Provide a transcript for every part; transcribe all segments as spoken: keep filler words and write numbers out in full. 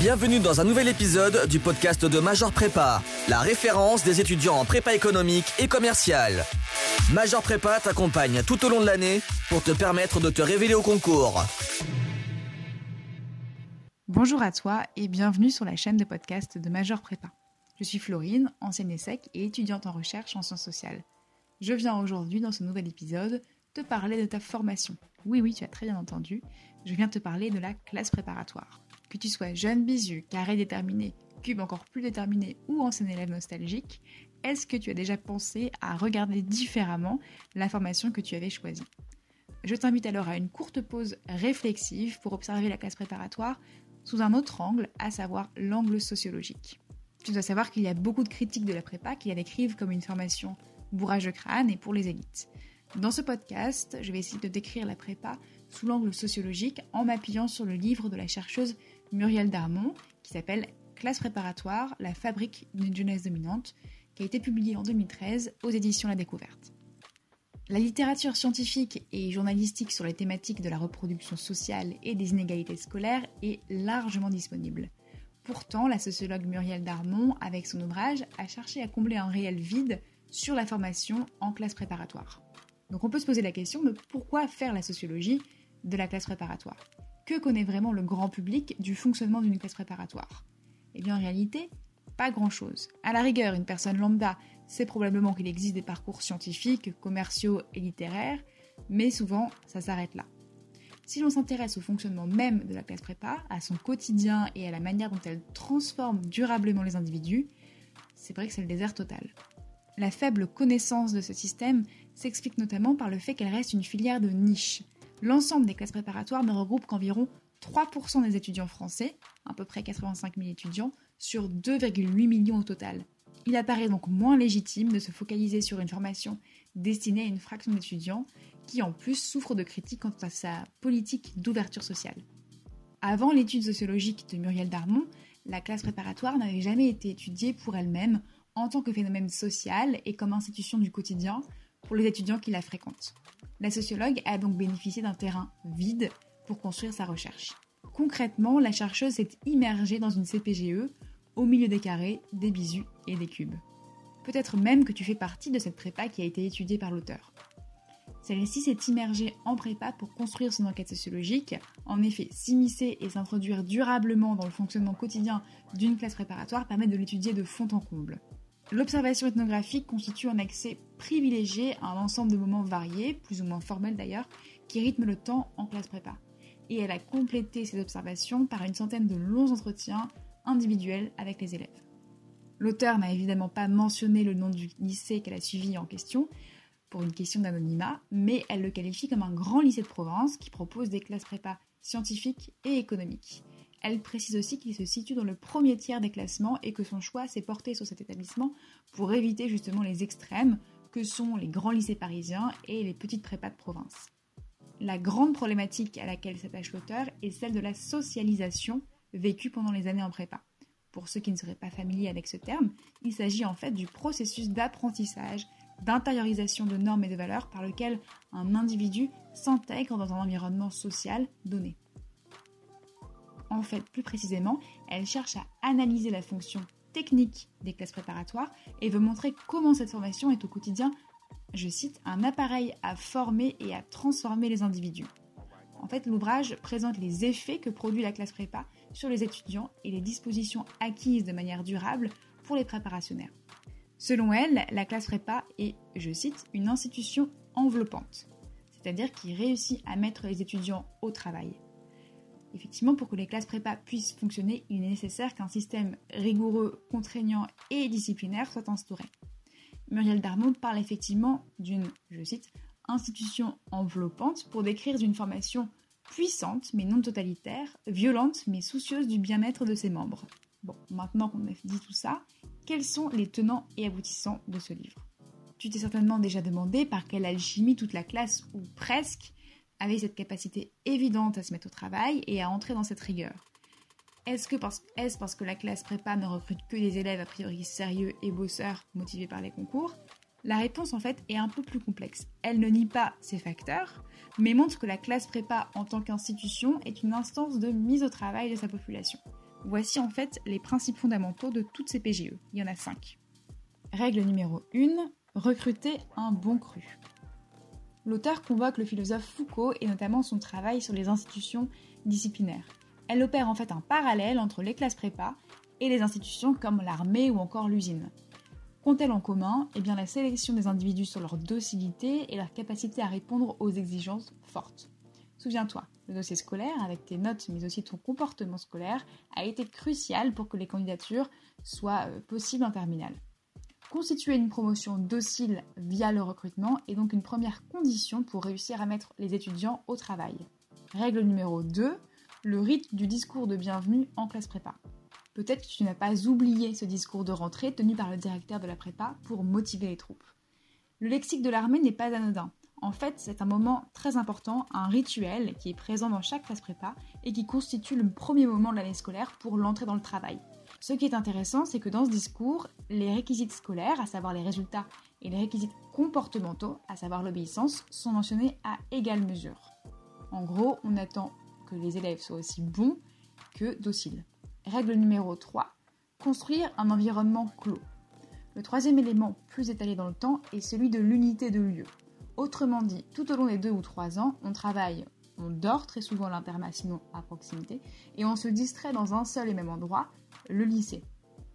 Bienvenue dans un nouvel épisode du podcast de Major Prépa, la référence des étudiants en prépa économique et commerciale. Major Prépa t'accompagne tout au long de l'année pour te permettre de te révéler au concours. Bonjour à toi et bienvenue sur la chaîne de podcast de Major Prépa. Je suis Florine, ancienne ESSEC et étudiante en recherche en sciences sociales. Je viens aujourd'hui dans ce nouvel épisode te parler de ta formation. Oui, oui, tu as très bien entendu, je viens te parler de la classe préparatoire. Que tu sois jeune bisu, carré déterminé, cube encore plus déterminé ou ancien élève nostalgique, est-ce que tu as déjà pensé à regarder différemment la formation que tu avais choisie ? Je t'invite alors à une courte pause réflexive pour observer la classe préparatoire sous un autre angle, à savoir l'angle sociologique. Tu dois savoir qu'il y a beaucoup de critiques de la prépa qui la décrivent comme une formation bourrage de crâne et pour les élites. Dans ce podcast, je vais essayer de décrire la prépa sous l'angle sociologique en m'appuyant sur le livre de la chercheuse Muriel Darmon qui s'appelle « Classe préparatoire, la fabrique d'une jeunesse dominante » qui a été publié en deux mille treize aux éditions La Découverte. La littérature scientifique et journalistique sur les thématiques de la reproduction sociale et des inégalités scolaires est largement disponible. Pourtant, la sociologue Muriel Darmon, avec son ouvrage, a cherché à combler un réel vide sur la formation en classe préparatoire. Donc on peut se poser la question de pourquoi faire la sociologie de la classe préparatoire ? Que connaît vraiment le grand public du fonctionnement d'une classe préparatoire ? Eh bien en réalité, pas grand-chose. À la rigueur, une personne lambda sait probablement qu'il existe des parcours scientifiques, commerciaux et littéraires, mais souvent ça s'arrête là. Si l'on s'intéresse au fonctionnement même de la classe prépa, à son quotidien et à la manière dont elle transforme durablement les individus, c'est vrai que c'est le désert total. La faible connaissance de ce système s'explique notamment par le fait qu'elle reste une filière de niche. L'ensemble des classes préparatoires ne regroupe qu'environ trois pour cent des étudiants français, à peu près quatre-vingt-cinq mille étudiants, sur deux virgule huit millions au total. Il apparaît donc moins légitime de se focaliser sur une formation destinée à une fraction d'étudiants qui en plus souffre de critiques quant à sa politique d'ouverture sociale. Avant l'étude sociologique de Muriel Darmon, la classe préparatoire n'avait jamais été étudiée pour elle-même en tant que phénomène social et comme institution du quotidien pour les étudiants qui la fréquentent. La sociologue a donc bénéficié d'un terrain vide pour construire sa recherche. Concrètement, la chercheuse s'est immergée dans une C P G E au milieu des carrés, des bisus et des cubes. Peut-être même que tu fais partie de cette prépa qui a été étudiée par l'auteur. Celle-ci s'est immergée en prépa pour construire son enquête sociologique. En effet, s'immiscer et s'introduire durablement dans le fonctionnement quotidien d'une classe préparatoire permet de l'étudier de fond en comble. L'observation ethnographique constitue un accès privilégié à un ensemble de moments variés, plus ou moins formels d'ailleurs, qui rythment le temps en classe prépa. Et elle a complété ces observations par une centaine de longs entretiens individuels avec les élèves. L'auteur n'a évidemment pas mentionné le nom du lycée qu'elle a suivi en question, pour une question d'anonymat, mais elle le qualifie comme un grand lycée de province qui propose des classes prépa scientifiques et économiques. Elle précise aussi qu'il se situe dans le premier tiers des classements et que son choix s'est porté sur cet établissement pour éviter justement les extrêmes que sont les grands lycées parisiens et les petites prépas de province. La grande problématique à laquelle s'attache l'auteur est celle de la socialisation vécue pendant les années en prépa. Pour ceux qui ne seraient pas familiers avec ce terme, il s'agit en fait du processus d'apprentissage, d'intériorisation de normes et de valeurs par lequel un individu s'intègre dans un environnement social donné. En fait, plus précisément, elle cherche à analyser la fonction technique des classes préparatoires et veut montrer comment cette formation est au quotidien, je cite, un appareil à former et à transformer les individus. En fait, l'ouvrage présente les effets que produit la classe prépa sur les étudiants et les dispositions acquises de manière durable pour les préparationnaires. Selon elle, la classe prépa est, je cite, une institution enveloppante, c'est-à-dire qui réussit à mettre les étudiants au travail. Effectivement, pour que les classes prépa puissent fonctionner, il est nécessaire qu'un système rigoureux, contraignant et disciplinaire soit instauré. Muriel Darmon parle effectivement d'une, je cite, institution enveloppante pour décrire une formation puissante mais non totalitaire, violente mais soucieuse du bien-être de ses membres. Bon, maintenant qu'on a dit tout ça, quels sont les tenants et aboutissants de ce livre ? Tu t'es certainement déjà demandé par quelle alchimie toute la classe, ou presque, avait cette capacité évidente à se mettre au travail et à entrer dans cette rigueur. Est-ce que parce, est-ce parce que la classe prépa ne recrute que des élèves a priori sérieux et bosseurs motivés par les concours ? La réponse en fait est un peu plus complexe. Elle ne nie pas ces facteurs, mais montre que la classe prépa en tant qu'institution est une instance de mise au travail de sa population. Voici en fait les principes fondamentaux de toutes ces P G E. Il y en a cinq. Règle numéro un, recruter un bon cru. L'auteur convoque le philosophe Foucault et notamment son travail sur les institutions disciplinaires. Elle opère en fait un parallèle entre les classes prépa et les institutions comme l'armée ou encore l'usine. Qu'ont-elles en commun ? Eh bien la sélection des individus sur leur docilité et leur capacité à répondre aux exigences fortes. Souviens-toi, le dossier scolaire, avec tes notes mais aussi ton comportement scolaire, a été crucial pour que les candidatures soient euh, possibles en terminale. Constituer une promotion docile via le recrutement est donc une première condition pour réussir à mettre les étudiants au travail. Règle numéro deux, le rythme du discours de bienvenue en classe prépa. Peut-être que tu n'as pas oublié ce discours de rentrée tenu par le directeur de la prépa pour motiver les troupes. Le lexique de l'armée n'est pas anodin. En fait, c'est un moment très important, un rituel qui est présent dans chaque classe prépa et qui constitue le premier moment de l'année scolaire pour l'entrée dans le travail. Ce qui est intéressant, c'est que dans ce discours, les réquisites scolaires, à savoir les résultats, et les réquisites comportementaux, à savoir l'obéissance, sont mentionnés à égale mesure. En gros, on attend que les élèves soient aussi bons que dociles. Règle numéro trois, construire un environnement clos. Le troisième élément plus étalé dans le temps est celui de l'unité de lieu. Autrement dit, tout au long des deux ou trois ans, on travaille, on dort très souvent à l'internat, sinon à proximité, et on se distrait dans un seul et même endroit, le lycée.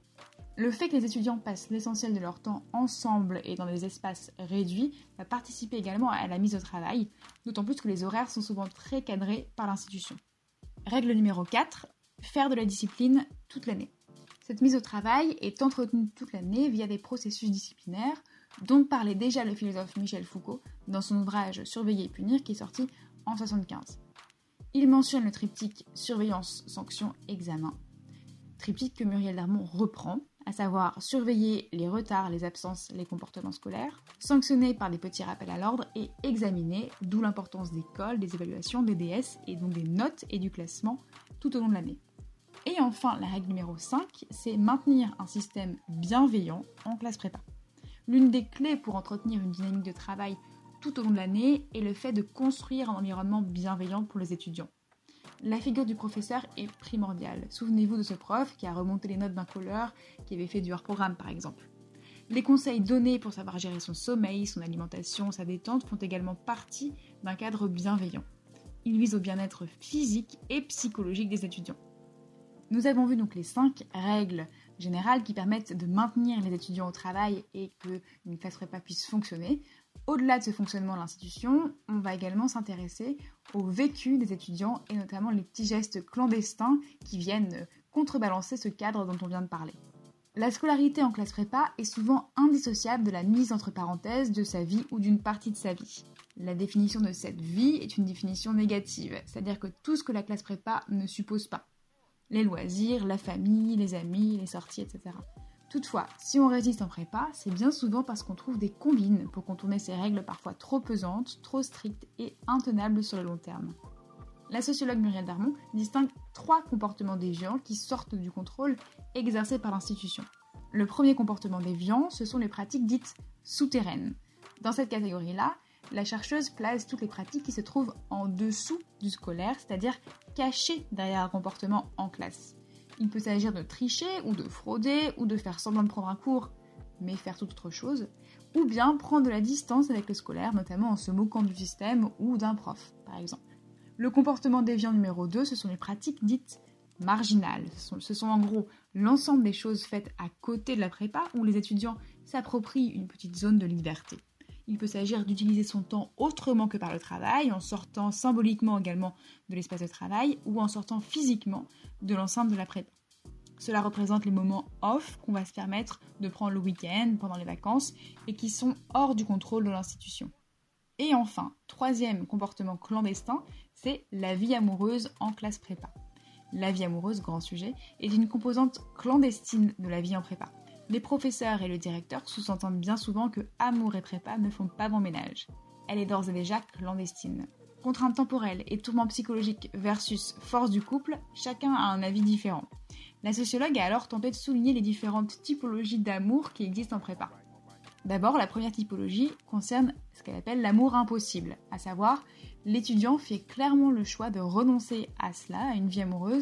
Le fait que les étudiants passent l'essentiel de leur temps ensemble et dans des espaces réduits va participer également à la mise au travail, d'autant plus que les horaires sont souvent très cadrés par l'institution. Règle numéro quatre, faire de la discipline toute l'année. Cette mise au travail est entretenue toute l'année via des processus disciplinaires dont parlait déjà le philosophe Michel Foucault dans son ouvrage Surveiller et punir qui est sorti en soixante-quinze. Il mentionne le triptyque surveillance, sanction, examen. Triptyque que Muriel Darmon reprend, à savoir surveiller les retards, les absences, les comportements scolaires, sanctionner par des petits rappels à l'ordre et examiner, d'où l'importance des cols, des évaluations, des D S et donc des notes et du classement tout au long de l'année. Et enfin, la règle numéro cinq, c'est maintenir un système bienveillant en classe prépa. L'une des clés pour entretenir une dynamique de travail tout au long de l'année est le fait de construire un environnement bienveillant pour les étudiants. La figure du professeur est primordiale. Souvenez-vous de ce prof qui a remonté les notes d'un colleur qui avait fait du hors-programme par exemple. Les conseils donnés pour savoir gérer son sommeil, son alimentation, sa détente font également partie d'un cadre bienveillant. Il vise au bien-être physique et psychologique des étudiants. Nous avons vu donc les cinq règles générales qui permettent de maintenir les étudiants au travail et qu'une classe prépa puisse fonctionner. Au-delà de ce fonctionnement de l'institution, on va également s'intéresser au vécu des étudiants et notamment les petits gestes clandestins qui viennent contrebalancer ce cadre dont on vient de parler. La scolarité en classe prépa est souvent indissociable de la mise entre parenthèses de sa vie ou d'une partie de sa vie. La définition de cette vie est une définition négative, c'est-à-dire que tout ce que la classe prépa ne suppose pas. Les loisirs, la famille, les amis, les sorties, et cetera. Toutefois, si on résiste en prépa, c'est bien souvent parce qu'on trouve des combines pour contourner ces règles parfois trop pesantes, trop strictes et intenables sur le long terme. La sociologue Muriel Darmon distingue trois comportements déviants qui sortent du contrôle exercé par l'institution. Le premier comportement déviant, ce sont les pratiques dites souterraines. Dans cette catégorie-là, la chercheuse place toutes les pratiques qui se trouvent en dessous du scolaire, c'est-à-dire cachées derrière un comportement en classe. Il peut s'agir de tricher ou de frauder ou de faire semblant de prendre un cours, mais faire toute autre chose, ou bien prendre de la distance avec le scolaire, notamment en se moquant du système ou d'un prof, par exemple. Le comportement déviant numéro deux, ce sont les pratiques dites marginales. Ce sont, ce sont en gros l'ensemble des choses faites à côté de la prépa où les étudiants s'approprient une petite zone de liberté. Il peut s'agir d'utiliser son temps autrement que par le travail, en sortant symboliquement également de l'espace de travail ou en sortant physiquement de l'enceinte de la prépa. Cela représente les moments off qu'on va se permettre de prendre le week-end, pendant les vacances, et qui sont hors du contrôle de l'institution. Et enfin, troisième comportement clandestin, c'est la vie amoureuse en classe prépa. La vie amoureuse, grand sujet, est une composante clandestine de la vie en prépa. Les professeurs et le directeur sous-entendent bien souvent que amour et prépa ne font pas bon ménage. Elle est d'ores et déjà clandestine. Contraintes temporelles et tourments psychologiques versus force du couple, chacun a un avis différent. La sociologue a alors tenté de souligner les différentes typologies d'amour qui existent en prépa. D'abord, la première typologie concerne ce qu'elle appelle l'amour impossible, à savoir l'étudiant fait clairement le choix de renoncer à cela, à une vie amoureuse,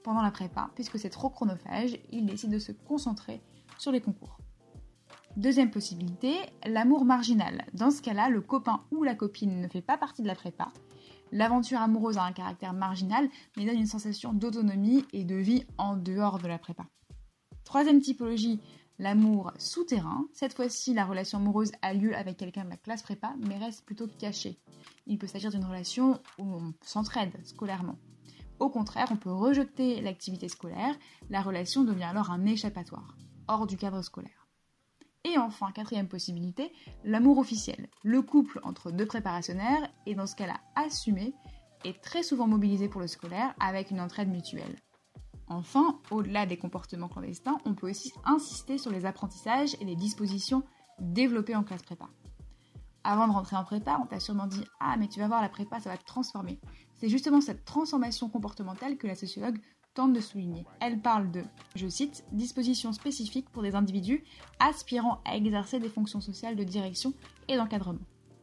pendant la prépa, puisque c'est trop chronophage, il décide de se concentrer sur les concours. Deuxième possibilité, l'amour marginal. Dans ce cas-là, le copain ou la copine ne fait pas partie de la prépa. L'aventure amoureuse a un caractère marginal, mais donne une sensation d'autonomie et de vie en dehors de la prépa. Troisième typologie, l'amour souterrain. Cette fois-ci, la relation amoureuse a lieu avec quelqu'un de la classe prépa, mais reste plutôt cachée. Il peut s'agir d'une relation où on s'entraide scolairement. Au contraire, on peut rejeter l'activité scolaire, la relation devient alors un échappatoire, hors du cadre scolaire. Et enfin, quatrième possibilité, l'amour officiel. Le couple entre deux préparationnaires est dans ce cas-là assumé et très souvent mobilisé pour le scolaire avec une entraide mutuelle. Enfin, au-delà des comportements clandestins, on peut aussi insister sur les apprentissages et les dispositions développées en classe prépa. Avant de rentrer en prépa, on t'a sûrement dit « Ah, mais tu vas voir, la prépa, ça va te transformer ». C'est justement cette transformation comportementale que la sociologue tente de souligner. Elle parle de, je cite, « dispositions spécifiques pour des individus aspirant à exercer des fonctions sociales de direction et d'encadrement ».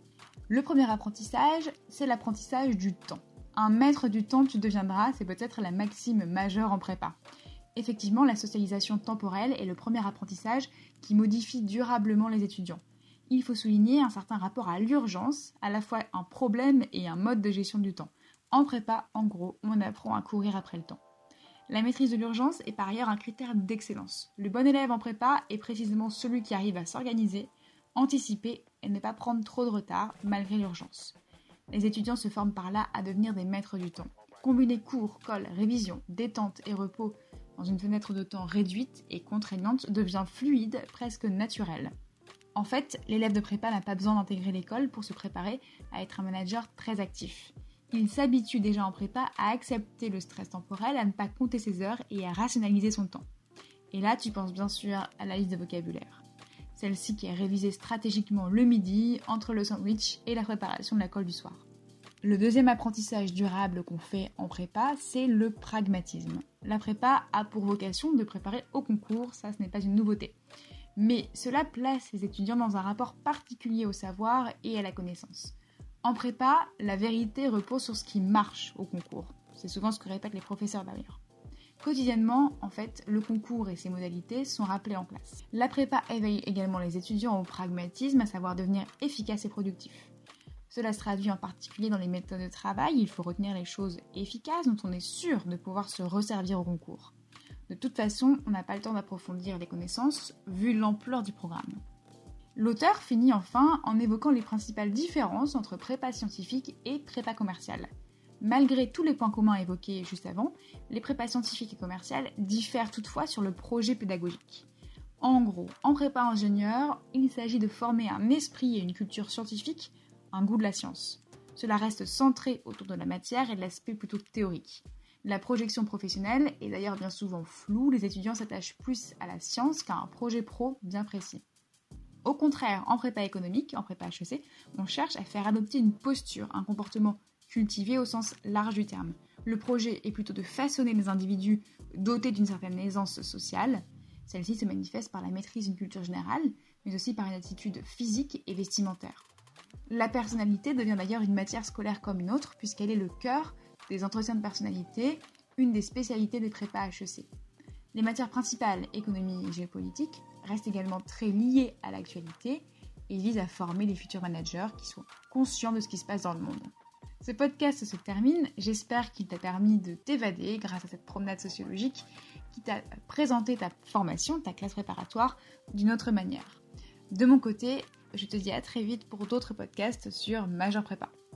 Le premier apprentissage, c'est l'apprentissage du temps. Un maître du temps tu deviendras, c'est peut-être la maxime majeure en prépa. Effectivement, la socialisation temporelle est le premier apprentissage qui modifie durablement les étudiants. Il faut souligner un certain rapport à l'urgence, à la fois un problème et un mode de gestion du temps. En prépa, en gros, on apprend à courir après le temps. La maîtrise de l'urgence est par ailleurs un critère d'excellence. Le bon élève en prépa est précisément celui qui arrive à s'organiser, anticiper et ne pas prendre trop de retard malgré l'urgence. Les étudiants se forment par là à devenir des maîtres du temps. Combiner cours, colle, révision, détente et repos dans une fenêtre de temps réduite et contraignante devient fluide, presque naturel. En fait, l'élève de prépa n'a pas besoin d'intégrer l'école pour se préparer à être un manager très actif. Il s'habitue déjà en prépa à accepter le stress temporel, à ne pas compter ses heures et à rationaliser son temps. Et là, tu penses bien sûr à la liste de vocabulaire. Celle-ci qui est révisée stratégiquement le midi, entre le sandwich et la préparation de la colle du soir. Le deuxième apprentissage durable qu'on fait en prépa, c'est le pragmatisme. La prépa a pour vocation de préparer au concours, ça ce n'est pas une nouveauté. Mais cela place les étudiants dans un rapport particulier au savoir et à la connaissance. En prépa, la vérité repose sur ce qui marche au concours. C'est souvent ce que répètent les professeurs d'ailleurs. Quotidiennement, en fait, le concours et ses modalités sont rappelés en classe. La prépa éveille également les étudiants au pragmatisme, à savoir devenir efficace et productif. Cela se traduit en particulier dans les méthodes de travail, il faut retenir les choses efficaces dont on est sûr de pouvoir se resservir au concours. De toute façon, on n'a pas le temps d'approfondir les connaissances, vu l'ampleur du programme. L'auteur finit enfin en évoquant les principales différences entre prépa scientifique et prépa commerciale. Malgré tous les points communs évoqués juste avant, les prépas scientifiques et commerciales diffèrent toutefois sur le projet pédagogique. En gros, en prépa ingénieur, il s'agit de former un esprit et une culture scientifique, un goût de la science. Cela reste centré autour de la matière et de l'aspect plutôt théorique. La projection professionnelle est d'ailleurs bien souvent floue, les étudiants s'attachent plus à la science qu'à un projet pro bien précis. Au contraire, en prépa économique, en prépa H E C, on cherche à faire adopter une posture, un comportement cultivé au sens large du terme. Le projet est plutôt de façonner les individus dotés d'une certaine aisance sociale. Celle-ci se manifeste par la maîtrise d'une culture générale, mais aussi par une attitude physique et vestimentaire. La personnalité devient d'ailleurs une matière scolaire comme une autre, puisqu'elle est le cœur des entretiens de personnalité, une des spécialités des prépas H E C. Les matières principales, économie et géopolitique, restent également très liées à l'actualité et visent à former des futurs managers qui soient conscients de ce qui se passe dans le monde. Ce podcast se termine, j'espère qu'il t'a permis de t'évader grâce à cette promenade sociologique qui t'a présenté ta formation, ta classe préparatoire d'une autre manière. De mon côté, je te dis à très vite pour d'autres podcasts sur Majeure Prépa.